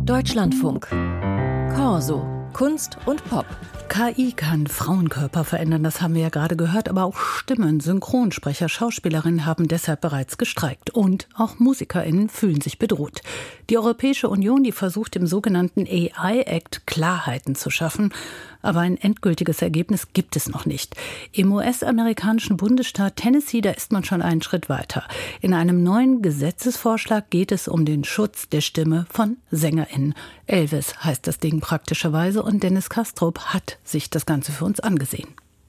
Deutschlandfunk. Corso. Kunst und Pop. KI kann Frauenkörper verändern, das haben wir ja gerade gehört, aber auch Stimmen, Synchronsprecher, Schauspielerinnen haben deshalb bereits gestreikt. Und auch MusikerInnen fühlen sich bedroht. Die Europäische Union, die versucht im sogenannten AI-Act Klarheiten zu schaffen, aber ein endgültiges Ergebnis gibt es noch nicht. Im US-amerikanischen Bundesstaat Tennessee, da ist man schon einen Schritt weiter. In einem neuen Gesetzesvorschlag geht es um den Schutz der Stimme von SängerInnen. Elvis heißt das Ding praktischerweise und Dennis Kastrup hat sich das Ganze für uns angesehen.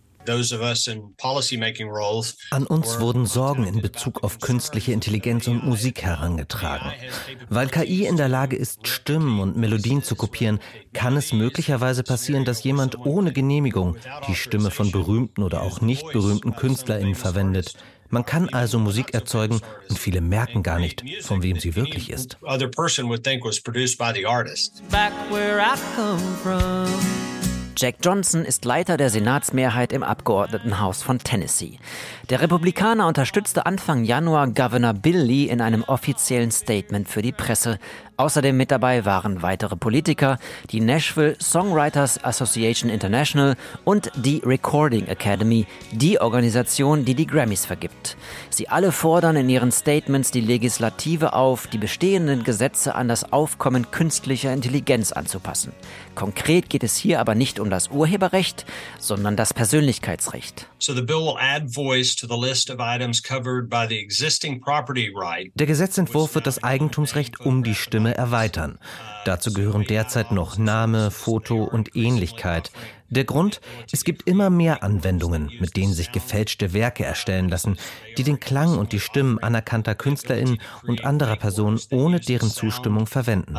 An uns wurden Sorgen in Bezug auf künstliche Intelligenz und Musik herangetragen. Weil KI in der Lage ist, Stimmen und Melodien zu kopieren, kann es möglicherweise passieren, dass jemand ohne Genehmigung die Stimme von berühmten oder auch nicht berühmten KünstlerInnen verwendet. Man kann also Musik erzeugen und viele merken gar nicht, von wem sie wirklich ist. Jack Johnson ist Leiter der Senatsmehrheit im Abgeordnetenhaus von Tennessee. Der Republikaner unterstützte Anfang Januar Governor Bill Lee in einem offiziellen Statement für die Presse. Außerdem mit dabei waren weitere Politiker, die Nashville Songwriters Association International und die Recording Academy, die Organisation, die die Grammys vergibt. Sie alle fordern in ihren Statements die Legislative auf, die bestehenden Gesetze an das Aufkommen künstlicher Intelligenz anzupassen. Konkret geht es hier aber nicht um das Urheberrecht, sondern das Persönlichkeitsrecht. Der Gesetzentwurf wird das Eigentumsrecht um die Stimme erweitern. Dazu gehören derzeit noch Name, Foto und Ähnlichkeit. Der Grund: Es gibt immer mehr Anwendungen, mit denen sich gefälschte Werke erstellen lassen, die den Klang und die Stimmen anerkannter KünstlerInnen und anderer Personen ohne deren Zustimmung verwenden.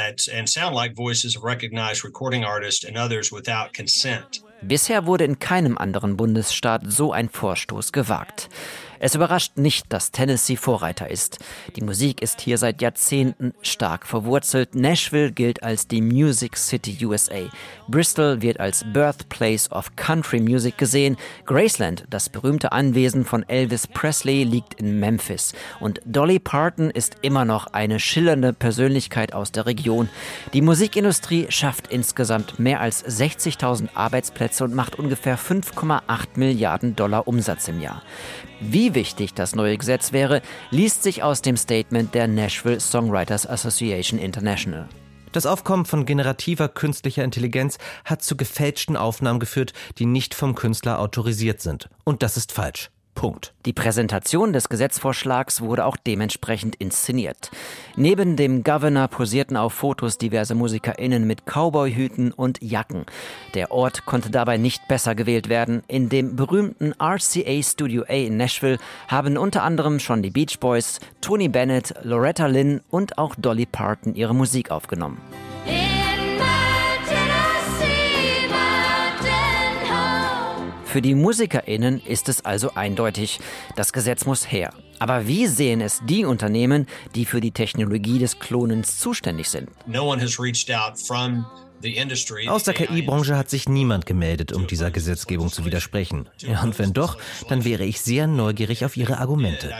Bisher wurde in keinem anderen Bundesstaat so ein Vorstoß gewagt. Es überrascht nicht, dass Tennessee Vorreiter ist. Die Musik ist hier seit Jahrzehnten stark verwurzelt. Nashville gilt als die Music City USA. Bristol wird als Birthplace of Country Music gesehen. Graceland, das berühmte Anwesen von Elvis Presley, liegt in Memphis. Und Dolly Parton ist immer noch eine schillernde Persönlichkeit aus der Region. Die Musikindustrie schafft insgesamt mehr als 60.000 Arbeitsplätze und macht ungefähr 5,8 Milliarden Dollar Umsatz im Jahr. Wie wichtig das neue Gesetz wäre, liest sich aus dem Statement der Nashville Songwriters Association International. Das Aufkommen von generativer künstlicher Intelligenz hat zu gefälschten Aufnahmen geführt, die nicht vom Künstler autorisiert sind. Und das ist falsch. Punkt. Die Präsentation des Gesetzvorschlags wurde auch dementsprechend inszeniert. Neben dem Governor posierten auf Fotos diverse MusikerInnen mit Cowboyhüten und Jacken. Der Ort konnte dabei nicht besser gewählt werden. In dem berühmten RCA Studio A in Nashville haben unter anderem schon die Beach Boys, Tony Bennett, Loretta Lynn und auch Dolly Parton ihre Musik aufgenommen. Für die MusikerInnen ist es also eindeutig, das Gesetz muss her. Aber wie sehen es die Unternehmen, die für die Technologie des Klonens zuständig sind? Aus der KI-Branche hat sich niemand gemeldet, um dieser Gesetzgebung zu widersprechen. Ja, und wenn doch, dann wäre ich sehr neugierig auf ihre Argumente.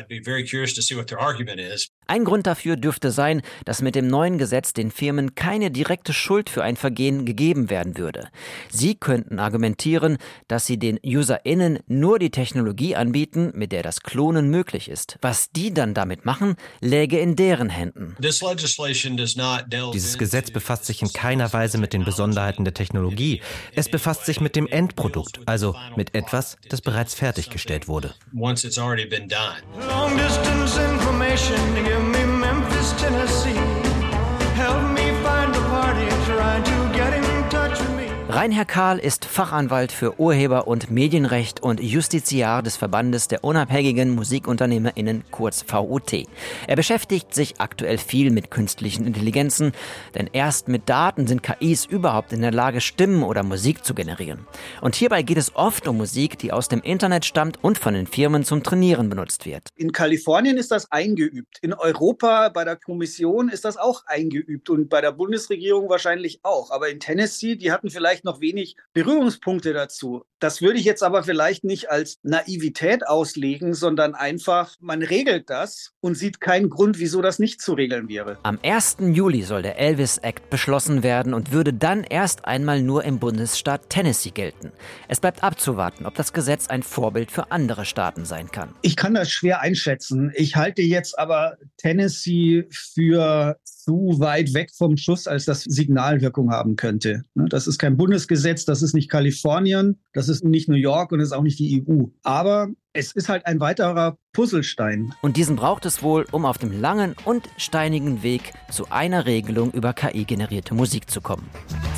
Ein Grund dafür dürfte sein, dass mit dem neuen Gesetz den Firmen keine direkte Schuld für ein Vergehen gegeben werden würde. Sie könnten argumentieren, dass sie den UserInnen nur die Technologie anbieten, mit der das Klonen möglich ist. Was die dann damit machen, läge in deren Händen. Dieses Gesetz befasst sich in keiner Weise mit den Besonderheiten der Technologie. Es befasst sich mit dem Endprodukt, also mit etwas, das bereits fertiggestellt wurde. Long distance information, give me Memphis, Tennessee. Help me find the party, try to get in touch with me. Reinher Kahl ist Fachanwalt für Urheber- und Medienrecht und Justiziar des Verbandes der unabhängigen MusikunternehmerInnen, kurz VUT. Er beschäftigt sich aktuell viel mit künstlichen Intelligenzen, denn erst mit Daten sind KIs überhaupt in der Lage, Stimmen oder Musik zu generieren. Und hierbei geht es oft um Musik, die aus dem Internet stammt und von den Firmen zum Trainieren benutzt wird. In Kalifornien ist das eingeübt. In Europa bei der Kommission ist das auch eingeübt und bei der Bundesregierung wahrscheinlich auch. Aber in Tennessee, die hatten vielleicht noch wenig Berührungspunkte dazu. Das würde ich jetzt aber vielleicht nicht als Naivität auslegen, sondern einfach, man regelt das und sieht keinen Grund, wieso das nicht zu regeln wäre. Am 1. Juli soll der Elvis Act beschlossen werden und würde dann erst einmal nur im Bundesstaat Tennessee gelten. Es bleibt abzuwarten, ob das Gesetz ein Vorbild für andere Staaten sein kann. Ich kann das schwer einschätzen. Ich halte jetzt aber Tennessee für zu weit weg vom Schuss, als das Signalwirkung haben könnte. Das ist kein Bundesgesetz, das ist nicht Kalifornien, das ist nicht New York und es ist auch nicht die EU. Aber es ist halt ein weiterer Puzzlestein. Und diesen braucht es wohl, um auf dem langen und steinigen Weg zu einer Regelung über KI-generierte Musik zu kommen.